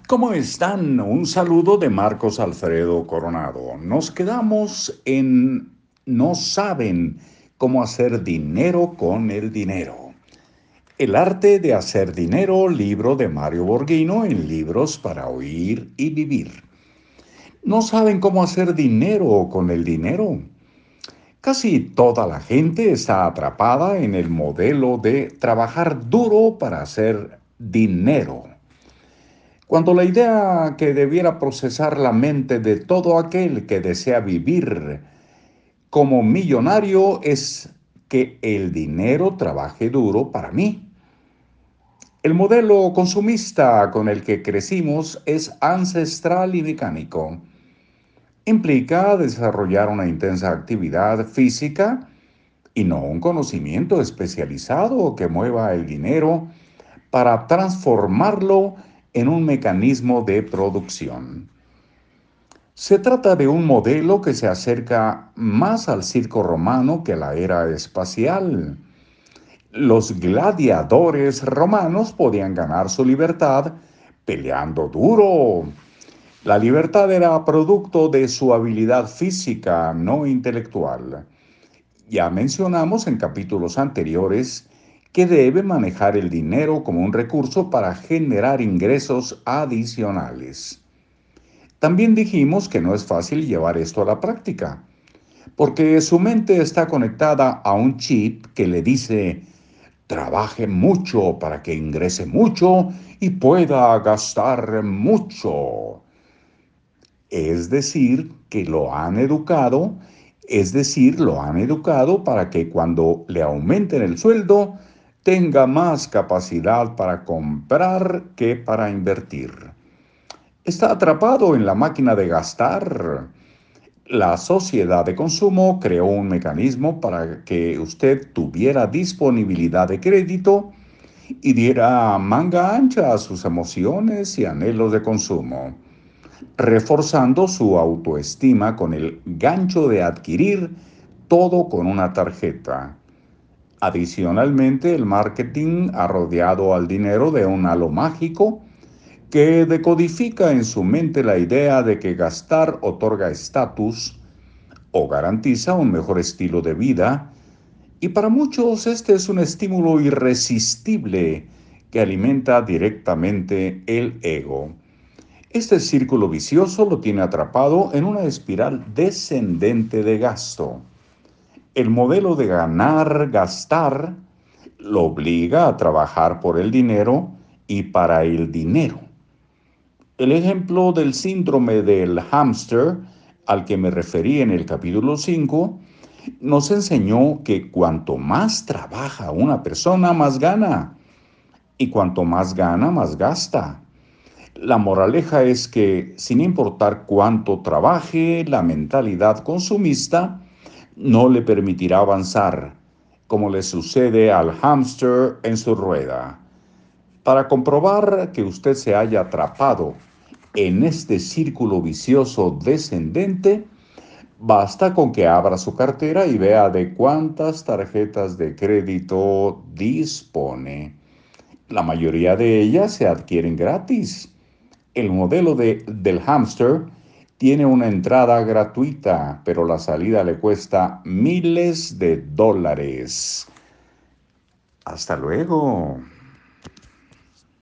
¿Cómo están? Un saludo de Marcos Alfredo Coronado. Nos quedamos en no saben cómo hacer dinero con el dinero. El arte de hacer dinero, libro de Mario Borghino en Libros para Oír y Vivir. No saben cómo hacer dinero con el dinero. Casi toda la gente está atrapada en el modelo de trabajar duro para hacer dinero, cuando la idea que debiera procesar la mente de todo aquel que desea vivir como millonario es que el dinero trabaje duro para mí. El modelo consumista con el que crecimos es ancestral y mecánico. Implica desarrollar una intensa actividad física y no un conocimiento especializado que mueva el dinero para transformarlo en un mecanismo de producción. Se trata de un modelo que se acerca más al circo romano que a la era espacial. Los gladiadores romanos podían ganar su libertad peleando duro. La libertad era producto de su habilidad física, no intelectual. Ya mencionamos en capítulos anteriores que debe manejar el dinero como un recurso para generar ingresos adicionales. También dijimos que no es fácil llevar esto a la práctica, porque su mente está conectada a un chip que le dice, trabaje mucho para que ingrese mucho y pueda gastar mucho. Es decir, que lo han educado para que cuando le aumenten el sueldo, tenga más capacidad para comprar que para invertir. Está atrapado en la máquina de gastar. La sociedad de consumo creó un mecanismo para que usted tuviera disponibilidad de crédito y diera manga ancha a sus emociones y anhelos de consumo, reforzando su autoestima con el gancho de adquirir todo con una tarjeta. Adicionalmente, el marketing ha rodeado al dinero de un halo mágico que decodifica en su mente la idea de que gastar otorga estatus o garantiza un mejor estilo de vida, y para muchos este es un estímulo irresistible que alimenta directamente el ego. Este círculo vicioso lo tiene atrapado en una espiral descendente de gasto. El modelo de ganar, gastar, lo obliga a trabajar por el dinero y para el dinero. El ejemplo del síndrome del hámster, al que me referí en el capítulo 5, nos enseñó que cuanto más trabaja una persona, más gana. Y cuanto más gana, más gasta. La moraleja es que, sin importar cuánto trabaje, la mentalidad consumista no le permitirá avanzar, como le sucede al hámster en su rueda. Para comprobar que usted se haya atrapado en este círculo vicioso descendente, basta con que abra su cartera y vea de cuántas tarjetas de crédito dispone. La mayoría de ellas se adquieren gratis. El modelo del hámster tiene una entrada gratuita, pero la salida le cuesta miles de dólares. Hasta luego.